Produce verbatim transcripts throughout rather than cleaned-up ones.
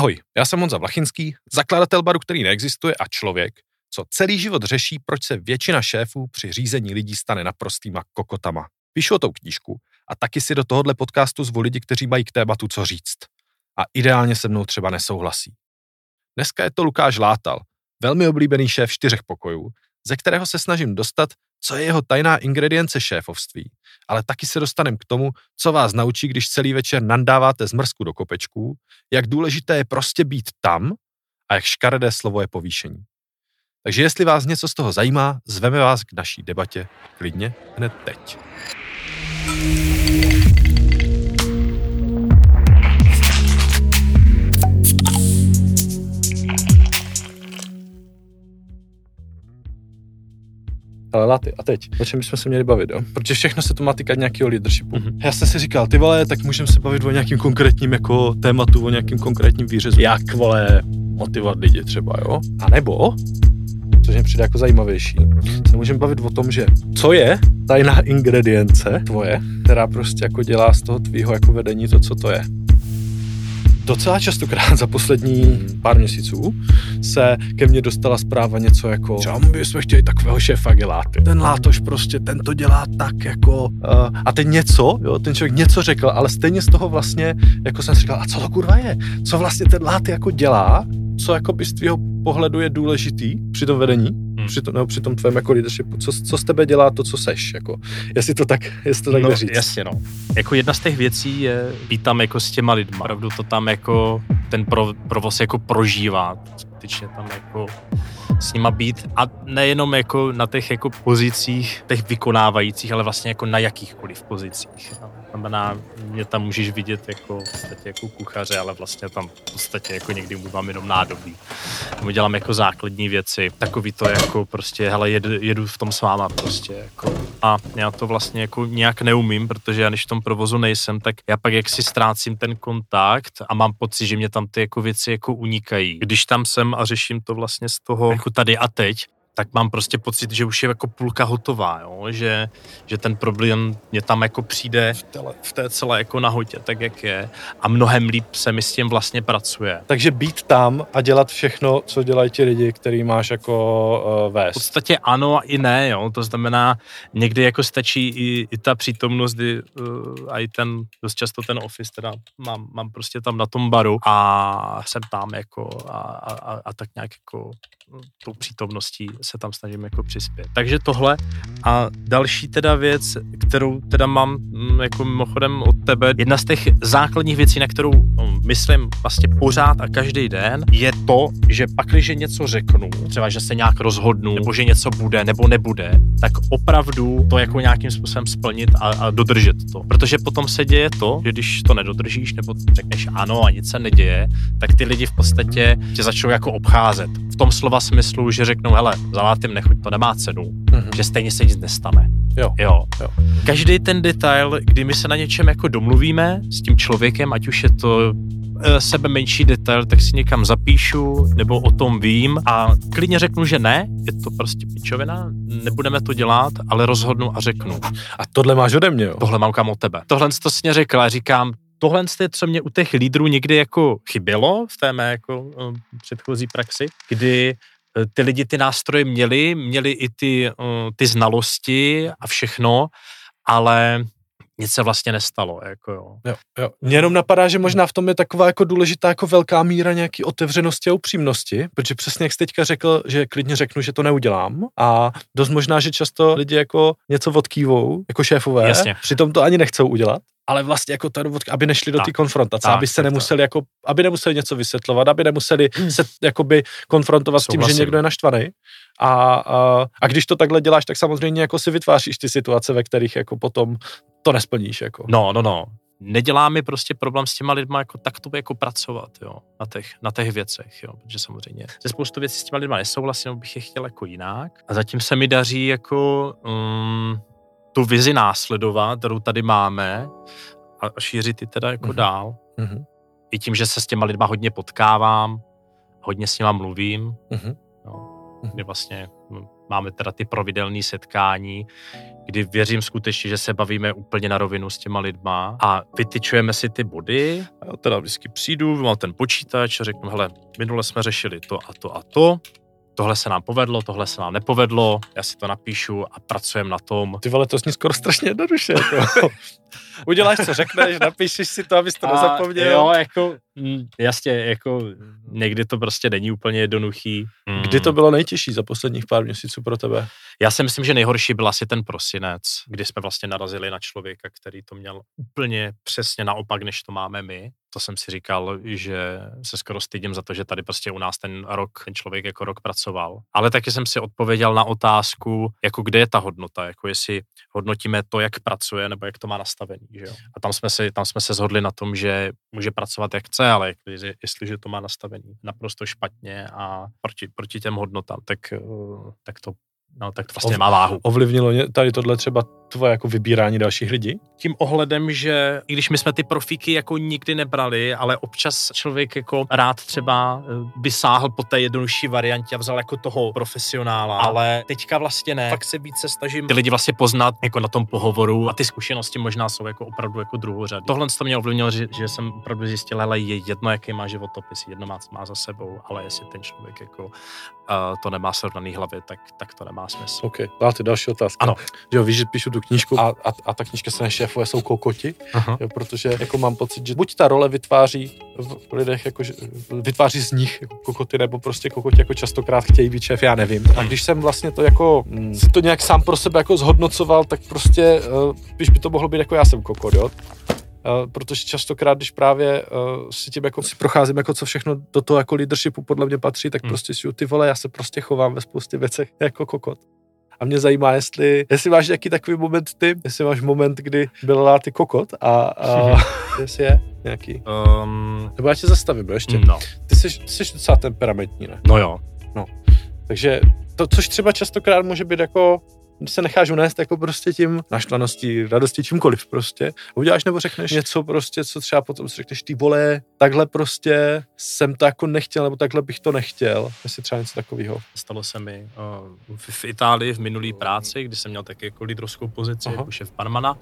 Ahoj, já jsem Honza Vlachinský, zakladatel baru, který neexistuje a člověk, co celý život řeší, proč se většina šéfů při řízení lidí stane naprostýma kokotama. Píšu o tou knížku a taky si do tohohle podcastu zvu lidi, kteří mají k tématu co říct. A ideálně se mnou třeba nesouhlasí. Dneska je to Lukáš Látal, velmi oblíbený šéf čtyřech pokojů, ze kterého se snažím dostat, co je jeho tajná ingredience šéfovství, ale taky se dostanem k tomu, co vás naučí, když celý večer nandáváte zmrzku do kopečků, jak důležité je prostě být tam a jak škaredé slovo je povýšení. Takže jestli vás něco z toho zajímá, zveme vás k naší debatě klidně hned teď. Ale Láty, a teď, o čem bychom se měli bavit, jo? Protože všechno se to má týkat nějakého leadershipu. Mm-hmm. Já jsem si říkal, ty vole, tak můžeme se bavit o nějakým konkrétním jako tématu, o nějakým konkrétním výřezu. Jak, vole, motivovat lidi třeba, jo? A nebo, což mě přijde jako zajímavější, se můžeme bavit o tom, že co je tajná ingredience tvoje, která prostě jako dělá z toho tvýho jako vedení to, co to je. Docela častokrát za poslední pár měsíců se ke mně dostala zpráva něco jako, třeba my bychom chtěli takového šéfa, jak je Láty. Ten Látoš prostě, ten to dělá tak jako, uh, a teď něco, jo, ten člověk něco řekl, ale stejně z toho vlastně, jako jsem si říkal, a co to kurva je? Co vlastně ten Láty jako dělá? Co jako by z tvýho pohledu je důležitý při tom vedení, hmm. při, to, nebo při tom tvém jako leadershipu? Co, co z tebe dělá to, co seš? Jako, jestli to tak, jestli to tak no, jde říct. Jasně, no. Jako jedna z těch věcí je být tam jako s těma lidma. Opravdu to tam jako ten pro, provoz jako prožívat. Skutečně tam jako s nima být a nejenom jako na těch jako pozicích, těch vykonávajících, ale vlastně jako na jakýchkoliv pozicích. Znamená, mě tam můžeš vidět jako v podstatě jako kuchaře, ale vlastně tam v podstatě jako někdy mám jenom nádobí. Mu dělám jako základní věci, takový to jako prostě, hele, jedu, jedu v tom s váma prostě jako. A já to vlastně jako nějak neumím, protože já když v tom provozu nejsem, tak já pak jak si ztrácím ten kontakt a mám pocit, že mě tam ty jako věci jako unikají. Když tam jsem a řeším to vlastně z toho jako tady a teď, tak mám prostě pocit, že už je jako půlka hotová, jo? Že, že ten problém mě tam jako přijde v, tele, v té celé jako nahotě, tak jak je a mnohem líp se mi s tím vlastně pracuje. Takže být tam a dělat všechno, co dělají ti lidi, který máš jako uh, vést. V podstatě ano a i ne, jo? To znamená, někdy jako stačí i, i ta přítomnost, kdy uh, a i ten, dost často ten office teda mám, mám prostě tam na tom baru a jsem tam jako a, a, a tak nějak jako tou přítomností se tam snažím jako přispět. Takže tohle a další teda věc, kterou teda mám jako mimochodem od tebe, jedna z těch základních věcí, na kterou myslím vlastně pořád a každý den, je to, že pakliže něco řeknu, třeba, že se nějak rozhodnu, nebo že něco bude, nebo nebude, tak opravdu to jako nějakým způsobem splnit a, a dodržet to. Protože potom se děje to, že když to nedodržíš, nebo řekneš ano a nic se neděje, tak ty lidi v podstatě tě začnou jako obcházet. V tom slova smyslu, že řeknou, hele, za Látym nechoď, to nemá cenu, mm-hmm. že stejně se nic nestane. Jo. Jo. jo. Každý ten detail, kdy my se na něčem jako domluvíme s tím člověkem, ať už je to e, sebe menší detail, tak si někam zapíšu, nebo o tom vím a klidně řeknu, že ne, je to prostě pičovina, nebudeme to dělat, ale rozhodnu a řeknu. A tohle máš ode mě, jo? Tohle mám kam od tebe. Tohle to si mě řekla, říkám, tohle je, co mě u těch lídrů někdy jako chybělo v té mé jako uh, předchozí praxi, kdy uh, ty lidi ty nástroje měli, měli i ty, uh, ty znalosti a všechno, ale nic se vlastně nestalo, jako jo. Jo, jo. Mně jenom napadá, že možná v tom je taková jako důležitá jako velká míra nějaký otevřenosti a upřímnosti, protože přesně jak jsi teďka řekl, že klidně řeknu, že to neudělám a dost možná, že často lidi jako něco odkývou, jako šéfové, jasně. Přitom to ani nechcou udělat. Ale vlastně jako ta důvod, aby nešli do té konfrontace, tak, aby se nemuseli tak. jako, aby nemuseli něco vysvětlovat, aby nemuseli hmm. se jakoby konfrontovat Souhlasím. s tím, že někdo je naštvaný. A, a, a když to takhle děláš, tak samozřejmě jako si vytváříš ty situace, ve kterých jako potom to nesplníš. Jako. No, no, no. Nedělá mi prostě problém s těma lidma jako takto jako pracovat, jo, na těch, na těch věcech, jo, protože samozřejmě ze spoustu věcí s těma lidma nesouhlasím, bych je chtěl jako jinak. A zatím se mi daří jako um, tu vizi následovat, kterou tady máme a šířit ji teda jako mm-hmm. dál. Mm-hmm. I tím, že se s těma lidma hodně potkávám, hodně s nima mluvím. Mm-hmm. No. kdy vlastně máme teda ty pravidelné setkání, kdy věřím skutečně, že se bavíme úplně na rovinu s těma lidma a vytyčujeme si ty body. A já teda vždycky přijdu, mám ten počítač a řeknu, hele, minule jsme řešili to a to a to, tohle se nám povedlo, tohle se nám nepovedlo, já si to napíšu a pracujeme na tom. Ty vole, to zní skoro strašně jednoduše. Jako. Uděláš, co řekneš, napíšeš si to, abys to a nezapomněl. Jo, jako, mm, jasně, jako někdy to prostě není úplně jednoduchý. Mm. Kdy to bylo nejtěžší za posledních pár měsíců pro tebe? Já si myslím, že nejhorší byl asi ten prosinec, kdy jsme vlastně narazili na člověka, který to měl úplně přesně naopak, než to máme my. To jsem si říkal, že se skoro stydím za to, že tady prostě u nás ten rok, ten člověk jako rok pracoval. Ale taky jsem si odpověděl na otázku, jako kde je ta hodnota, jako jestli hodnotíme to, jak pracuje, nebo jak to má nastavený, že jo. A tam jsme se, tam jsme se shodli na tom, že může pracovat jak chce, ale jestliže to má nastavený naprosto špatně a proti, proti těm hodnotám, tak, tak to No, tak to vlastně nemá váhu. Ovlivnilo tady tohle třeba tvoje jako vybírání dalších lidí? Tím ohledem, že i když my jsme ty profíky jako nikdy nebrali, ale občas člověk jako rád třeba by sáhl po té jednodušší variantě a vzal jako toho profesionála, ale teďka vlastně ne. Fakt se více snažím ty lidi vlastně poznat jako na tom pohovoru a ty zkušenosti možná jsou jako opravdu jako druhořadé. Tohle to mě ovlivnilo, že, že jsem opravdu zjistil, hele, je jedno, jaký má životopis, jedno má, má za sebou, ale jestli ten člověk jako uh, to nemá srovnaný hlavě, tak, tak to nemá smysl. OK, dáte další otázka. Ano. Že jo, víš, že píšu tu knížku a, a, a ta knížka se nešéfuje, jsou kokoti, jo, protože jako mám pocit, že buď ta role vytváří v lidech, jako, že, vytváří z nich jako kokoty, nebo prostě kokoti jako častokrát chtějí být šéf, já nevím. A když jsem vlastně to jako, mm, si to nějak sám pro sebe jako zhodnocoval, tak prostě, uh, když by to mohlo být jako já jsem kokot, jo. Uh, protože častokrát, když právě uh, si tím jako si procházím, jako co všechno do toho jako leadershipu podle mě patří, tak hmm. prostě si ty vole, já se prostě chovám ve spoustě věcech jako kokot. A mě zajímá, jestli, jestli máš nějaký takový moment ty, jestli máš moment, kdy byla ty kokot a, a jestli je nějaký. Um, Nebo já tě zastavím, jo, ještě. No. Ty jsi, ty jsi docela temperamentní, ne? No jo. No. Takže to, což třeba častokrát může být jako, když se necháš unést jako prostě tím naštvaností, radostí, čímkoliv prostě. Uděláš nebo řekneš něco prostě, co třeba potom si řekneš, ty vole, takhle prostě jsem to jako nechtěl, nebo takhle bych to nechtěl. Jestli třeba něco takového. Stalo se mi uh, v, v Itálii v minulý práci, kdy jsem měl taky jako lídrovskou pozici, Aha. jako šéf barmana,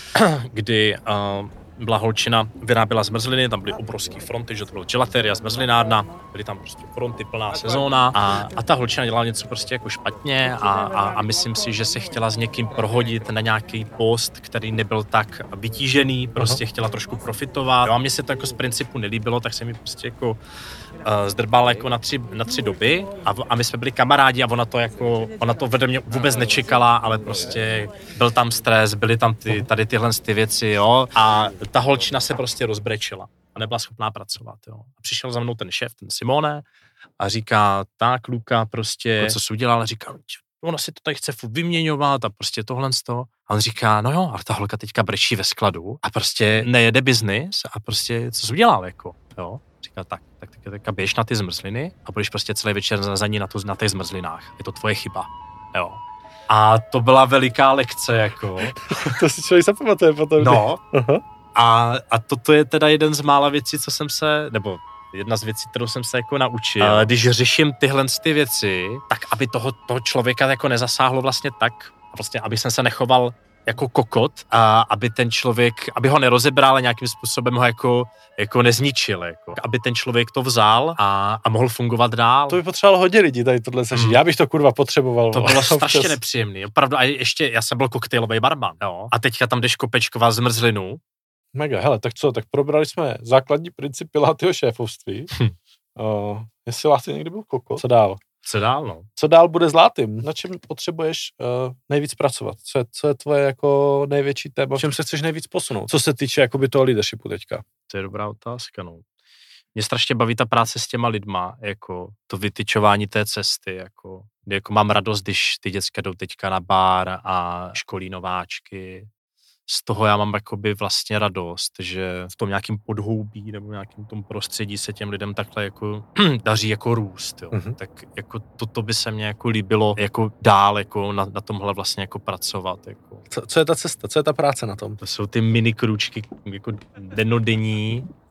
kdy uh, byla holčina, vyráběla zmrzliny, tam byly obrovský fronty, že to bylo gelateria, zmrzlinárna, byly tam prostě fronty, plná sezóna a, a ta holčina dělala něco prostě jako špatně a, a, a myslím si, že se chtěla s někým prohodit na nějaký post, který nebyl tak vytížený, prostě Aha. chtěla trošku profitovat. Jo, a mně se to jako z principu nelíbilo, tak se mi prostě jako uh, zdrbala jako na tři, na tři doby a, a my jsme byli kamarádi a ona to jako, ona to vede mě vůbec nečekala, ale prostě byl tam stres, byly tam ty, tady tyhle ty věci, jo, a ta holčina se prostě rozbrečela a nebyla schopná pracovat, jo. A přišel za mnou ten šéf, ten Simone, a říká, tak Luka, prostě, co jsi udělal, a říká, ona si to tady chce furt vyměňovat a prostě tohle z toho. A on říká, no jo, ale ta holka teďka brečí ve skladu a prostě nejede biznis a prostě, co jsi udělal, jako, jo. Říká, tak, tak teďka běž na ty zmrzliny a budeš prostě celý večer za ní na, tu, na těch zmrzlinách. Je to tvoje chyba, jo. A to byla veliká lekce, jako. To si člověk zapamatuje potom. No. A, a toto je teda jeden z mála věcí, co jsem se, nebo jedna z věcí, kterou jsem se jako naučil. A když řeším tyhle ty věci, tak aby toho, toho člověka jako nezasáhlo vlastně tak, vlastně aby jsem se nechoval jako kokot a aby ten člověk, aby ho nerozebral a nějakým způsobem ho jako, jako nezničil, jako. Aby ten člověk to vzal a, a mohl fungovat dál. To by potřeboval hodně lidí tady tohle zažít. Mm. Já bych to kurva potřeboval. To bylo strašně nepříjemný. Opravdu, a ještě, já jsem byl koktejlový barman, jo. A teďka tam jdeš kopečkovat zmrzlinu. Mega, hele, tak co, tak probrali jsme základní principy Látyho šéfovství. Hm. Uh, jestli Láty někdy byl kokot, co dál? Co dál, no? Co dál bude s Látym? Na čem potřebuješ uh, nejvíc pracovat? Co je, co je tvoje jako největší téma? V čem se chceš nejvíc posunout? Co se týče jakoby toho leadershipu teďka? To je dobrá otázka, no. Mě strašně baví ta práce s těma lidma, jako to vytyčování té cesty, jako, jako mám radost, když ty děcka jdou teďka na bar a školí nováčky. Z toho já mám jakoby vlastně radost, že v tom nějakým podhoubí nebo nějakým tom prostředí se těm lidem takhle jako daří jako růst, jo. Mm-hmm. Tak jako toto by se mně jako líbilo jako dál jako na, na tomhle vlastně jako pracovat, jako. Co, co je ta cesta? Co je ta práce na tom? To jsou ty mini krůčky jako denodenní,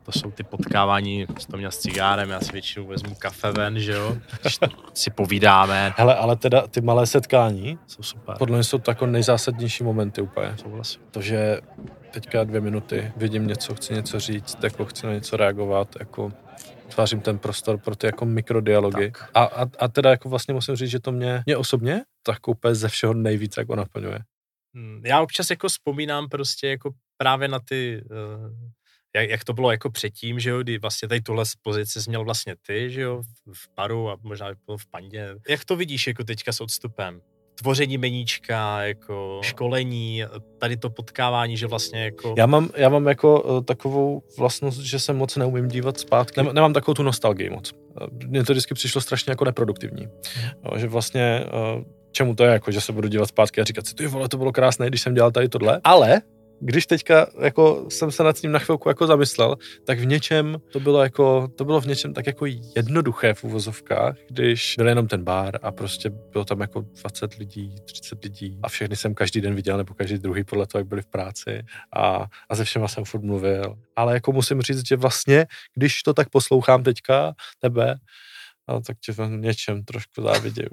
to jsou ty potkávání, s to měl s cigárem, já si většinou vezmu kafe ven, že jo, když si povídáme. Hele, ale teda ty malé setkání jsou super. Podle mě jsou to jako nejzásadnější momenty úplně. Souhlasím. To, že teďka dvě minuty, vidím něco, chci něco říct, jako chci na něco reagovat, jako tvářím ten prostor pro ty jako mikrodialogy. A, a, a teda jako vlastně musím říct, že to mě, mě osobně tak úplně ze všeho nejvíc jako naplňuje. Já občas jako vzpomínám prostě jako právě na ty, jak, jak to bylo jako předtím, že jo, kdy vlastně tady tuhle pozici jsi měl vlastně ty, že jo, v paru a možná bylo v pandě. Jak to vidíš jako teďka s odstupem? Tvoření meníčka, jako školení, tady to potkávání, že vlastně jako... Já mám, já mám jako uh, takovou vlastnost, že se moc neumím dívat zpátky. Nem, nemám takovou tu nostalgii moc. Mně to vždycky přišlo strašně jako neproduktivní. Hmm. Že vlastně, uh, čemu to je, jako, že se budu dívat zpátky a říkat si, ty vole, to bylo krásné, když jsem dělal tady tohle. Ale když teďka jako jsem se nad tím na chvilku jako zamyslel, tak v něčem to bylo jako, to bylo v něčem tak jako jednoduché v uvozovkách, když byl jenom ten bar a prostě bylo tam jako dvacet lidí, třicet lidí a všechny jsem každý den viděl, nebo každý druhý podle toho, jak byli v práci a, a se všema jsem furt mluvil. Ale jako musím říct, že vlastně, když to tak poslouchám teďka, tebe, no, tak tě v něčem trošku závidím.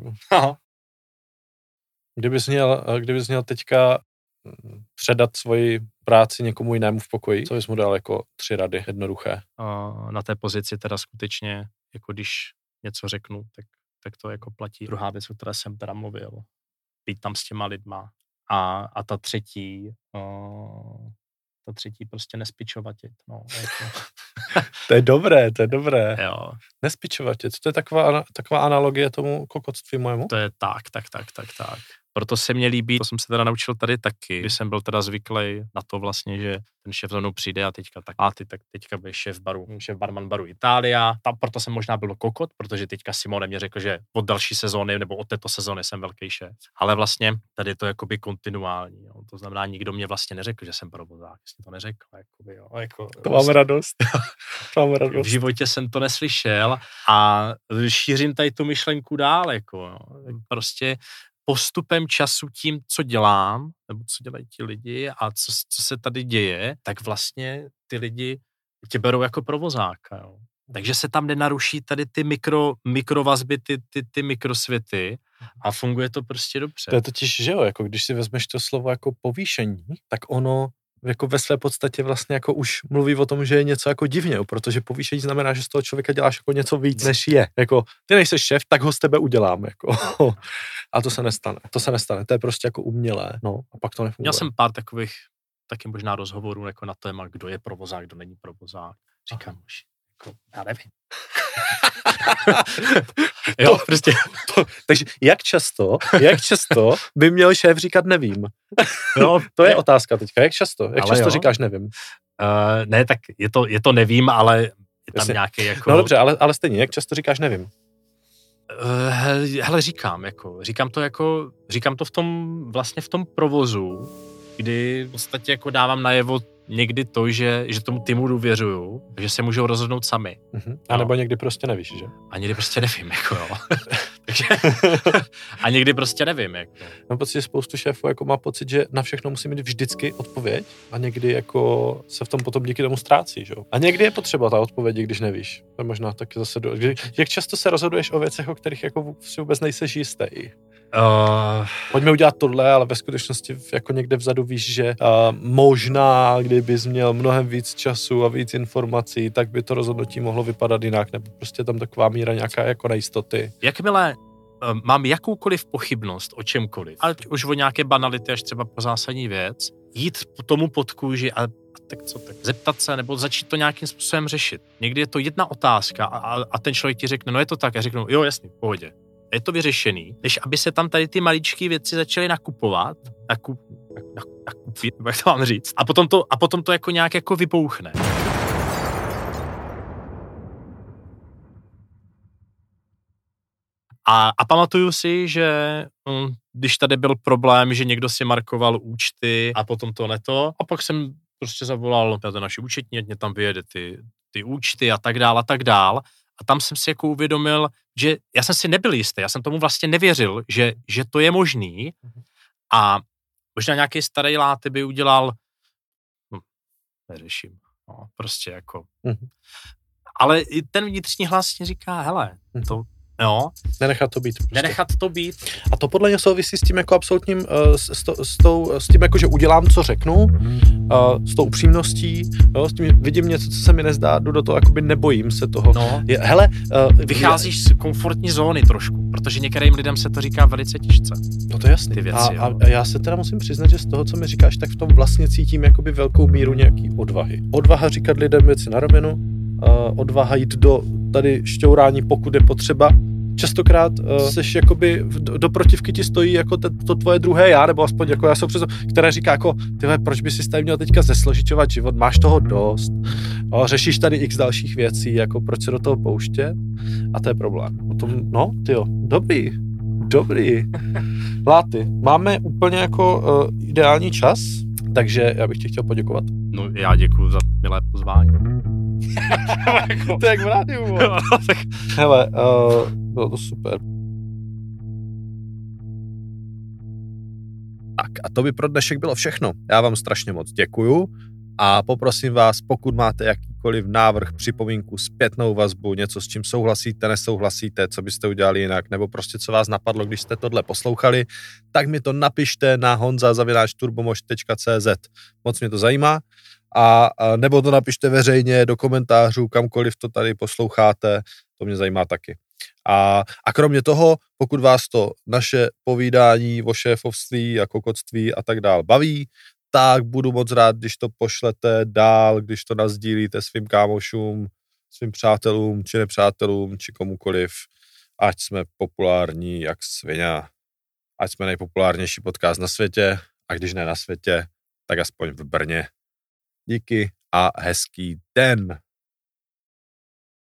Kdybys měl, kdybys měl teďka předat svoji práci někomu jinému v pokoji, co bys mu dal jako tři rady, jednoduché? Na té pozici teda skutečně, jako když něco řeknu, tak, tak to jako platí. Druhá věc, o které jsem teda mluvil, být tam s těma lidma. A, a ta třetí, uh, ta třetí prostě nespičovatit. No, jako. To je dobré, to je dobré. Jo. Nespičovatit, to je taková, taková analogie tomu kokotství mojemu? To je tak, tak, tak, tak, tak. Proto se mě líbí, to jsem se teda naučil tady taky, když jsem byl teda zvyklý na to vlastně, že ten šéf za mnou přijde a teďka tak, a ty tak teďka byl šéf baru, šéf barman baru Itália, tam proto jsem možná byl kokot, protože teďka Simone mě řekl, že od další sezóny nebo od této sezóny jsem velký šéf. Ale vlastně tady je to jakoby kontinuální, jo. To znamená, nikdo mě vlastně neřekl, že jsem provozák, jsem to neřekl, jakoby, jo. Jako, to mám radost. To mám radost. V životě jsem to neslyšel a šířím tady tu myšlenku dál, jako, no. Prostě postupem času tím, co dělám, nebo co dělají ti lidi a co, co se tady děje, tak vlastně ty lidi tě berou jako provozáka. Jo. Takže se tam nenaruší tady ty mikro, mikrovazby, ty, ty, ty mikrosvěty a funguje to prostě dobře. To je totiž, že jo, jako když si vezmeš to slovo jako povýšení, tak ono jako ve své podstatě vlastně jako už mluví o tom, že je něco jako divně, protože povýšení znamená, že z toho člověka děláš jako něco víc, než je. Jako, ty nejseš šéf, tak ho z tebe udělám, jako. A to se nestane. To se nestane, to je prostě jako umělé, no, a pak to nefunguje. Měl jsem pár takových taky možná rozhovorů jako na téma, kdo je provozák, kdo není provozák. Říkám už, jako, já nevím. Jo, to, prostě. To, takže jak často, jak často by měl šéf říkat nevím? No, to je ne. Otázka teďka. Jak často? Jak ale často jo. říkáš nevím? Uh, ne, tak je to, je to nevím, ale je tam Jasně. nějaký jako... No dobře, ale, ale stejně, jak často říkáš nevím? Uh, hele, říkám, jako, říkám to jako, říkám to v tom, vlastně v tom provozu, kdy v podstatě jako dávám najevo někdy to, že, že tomu týmu důvěřuju, že se můžou rozhodnout sami. Uh-huh. A nebo no. někdy prostě nevíš, že? A někdy prostě nevím, jako jo. Takže, a někdy prostě nevím, jako. Mám pocit, že spoustu šéfů jako má pocit, že na všechno musí mít vždycky odpověď a někdy jako se v tom potom díky tomu ztrácí, že? A někdy je potřeba ta odpověď, když nevíš. To je možná taky zase... Do... Jak často se rozhoduješ o věcech, o kterých jako si vůbec nejseš jistý? Uh... Pojďme udělat tohle, ale ve skutečnosti jako někde vzadu víš, že uh, možná, kdybys měl mnohem víc času a víc informací, tak by to rozhodnutí mohlo vypadat jinak, nebo prostě tam taková míra nějaká jako nejistoty. Jakmile uh, mám jakoukoliv pochybnost o čemkoliv, ať už o nějaké banality až třeba po zásadní věc, jít po tomu pod kůži a tak co, tak zeptat se nebo začít to nějakým způsobem řešit. Někdy je to jedna otázka a, a ten člověk ti řekne, no je to tak, a řeknu, jo jasný, v pohodě. Je to vyřešený, než aby se tam tady ty maličké věci začaly nakupovat, nakup, nakupit, jak to mám říct, a potom to, a potom to jako nějak jako vypouchne. A, a pamatuju si, že hm, když tady byl problém, že někdo si markoval účty a potom to neto, a pak jsem prostě zavolal na to naši účetní, ať mě tam vyjede ty, ty účty a tak dál a tak dál. A tam jsem si jako uvědomil, že já jsem si nebyl jistý, já jsem tomu vlastně nevěřil, že, že to je možný. A možná nějaký starý láty by udělal, hm, neřeším, No, prostě jako. Mm-hmm. Ale i ten vnitřní hlas říká, hele, to, jo. Nenechat to být. Prostě. Nenechat to být. A to podle mě souvisí s tím jako absolutním, uh, s, to, s, tou, s tím jako, že udělám, co řeknu, uh, s tou upřímností, jo, s tím vidím něco, co se mi nezdá, jdu do toho, jakoby nebojím se toho. No. Je, hele, uh, vycházíš je, z komfortní zóny trošku, protože některým lidem se to říká velice těžce. No to je jasný. Ty věci, a, a, a já se teda musím přiznat, že z toho, co mi říkáš, tak v tom vlastně cítím jakoby velkou míru nějaký odvahy. Odvaha říkat lidem věci na rovinu, uh, odvaha jít do tady šťourání, pokud je potřeba. Častokrát uh, seš jakoby, do, do protivky ti stojí jako te, to tvoje druhé já, nebo aspoň jako já jsem přesto, které říká jako, tyhle, proč by si tady měl teďka zesložičovat život, máš toho dost, no, řešíš tady x dalších věcí, jako proč se do toho pouštět, a to je problém. O tom, no, tyjo, dobrý, dobrý. Láty, máme úplně jako uh, ideální čas, takže já bych ti chtěl poděkovat. No, já děkuju za milé pozvání. To je jak v rádiu. Hele, uh, bylo to super. Tak a to by pro dnešek bylo všechno. Já vám strašně moc děkuju a poprosím vás, pokud máte jakýkoliv návrh, připomínku, zpětnou vazbu, něco, s čím souhlasíte, nesouhlasíte, co byste udělali jinak, nebo prostě co vás napadlo, když jste tohle poslouchali, tak mi to napište na honza zavináč turbomož tečka cé zet. Moc mě to zajímá. A, a nebo to napište veřejně do komentářů, kamkoliv to tady posloucháte, to mě zajímá taky. A, a kromě toho, pokud vás to naše povídání o šéfovství a kokotství a tak dál baví, tak budu moc rád, když to pošlete dál, když to nasdílíte svým kámošům, svým přátelům, či nepřátelům, či komukoliv, ať jsme populární jak svině, ať jsme nejpopulárnější podcast na světě, a když ne na světě, tak aspoň v Brně. Díky a hezký den.